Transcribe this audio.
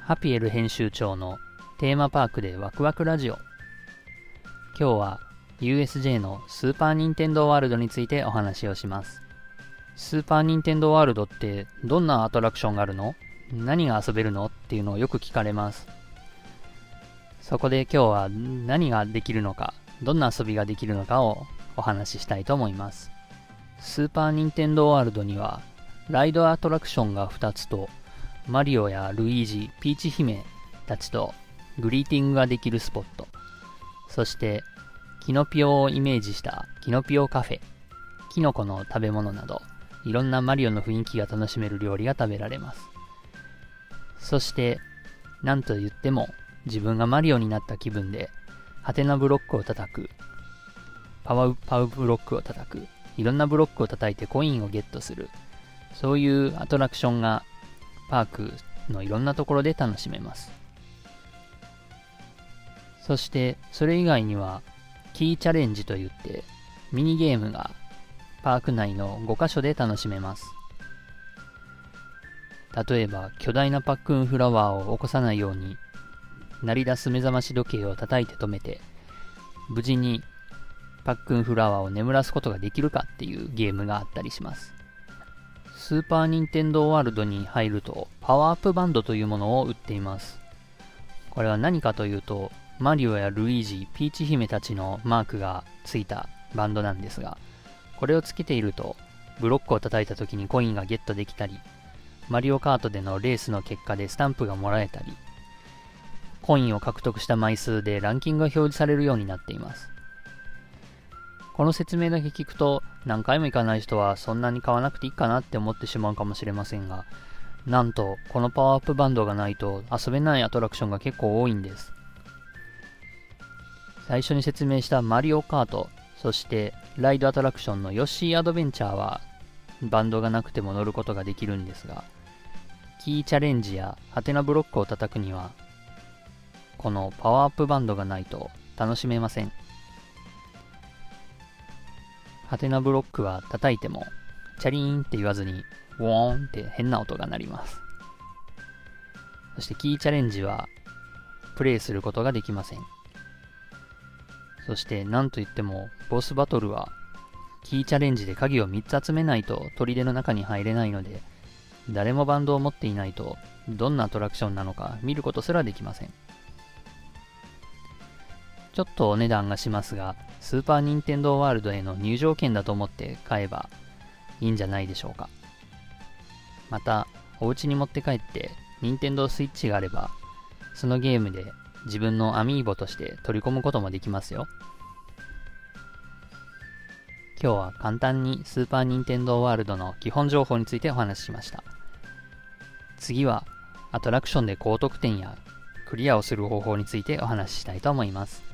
ハピエル編集長のテーマパークでワクワクラジオ。今日は USJ のスーパーニンテンドーワールドについてお話をします。スーパーニンテンドーワールドってどんなアトラクションがあるの？何が遊べるの？っていうのをよく聞かれます。そこで今日は何ができるのか、どんな遊びができるのかをお話ししたいと思います。スーパーニンテンドーワールドにはライドアトラクションが2つと、マリオやルイージ、ピーチ姫たちとグリーティングができるスポット、そしてキノピオをイメージしたキノピオカフェ、キノコの食べ物など、いろんなマリオの雰囲気が楽しめる料理が食べられます。そして、なんと言っても自分がマリオになった気分で、ハテナブロックを叩く、パウブロックを叩く、いろんなブロックを叩いてコインをゲットする、そういうアトラクションがパークのいろんなところで楽しめます。そしてそれ以外にはキーチャレンジといってミニゲームがパーク内の5カ所で楽しめます。例えば巨大なパックンフラワーを起こさないように鳴り出す目覚まし時計を叩いて止めて無事にパックンフラワーを眠らすことができるかっていうゲームがあったりします。スーパーニンテンドーワールドに入るとパワーアップバンドというものを売っています。これは何かというと、マリオやルイージ、ピーチ姫たちのマークがついたバンドなんですが、これをつけているとブロックを叩いた時にコインがゲットできたり、マリオカートでのレースの結果でスタンプがもらえたり、コインを獲得した枚数でランキングが表示されるようになっています。この説明だけ聞くと何回も行かない人はそんなに買わなくていいかなって思ってしまうかもしれませんが、なんとこのパワーアップバンドがないと遊べないアトラクションが結構多いんです。最初に説明したマリオカート、そしてライドアトラクションのヨッシーアドベンチャーはバンドがなくても乗ることができるんですが、キーチャレンジやハテナブロックを叩くにはこのパワーアップバンドがないと楽しめません。ハテナブロックは叩いてもチャリーンって言わずにウォーンって変な音が鳴ります。そしてキーチャレンジはプレイすることができません。そしてなんといってもボスバトルはキーチャレンジで鍵を3つ集めないと砦の中に入れないので、誰もバンドを持っていないとどんなアトラクションなのか見ることすらできません。ちょっとお値段がしますが、スーパーニンテンドーワールドへの入場券だと思って買えばいいんじゃないでしょうか。また、お家に持って帰ってニンテンドースイッチがあれば、そのゲームで自分のアミーボとして取り込むこともできますよ。今日は簡単にスーパーニンテンドーワールドの基本情報についてお話ししました。次はアトラクションで高得点やクリアをする方法についてお話ししたいと思います。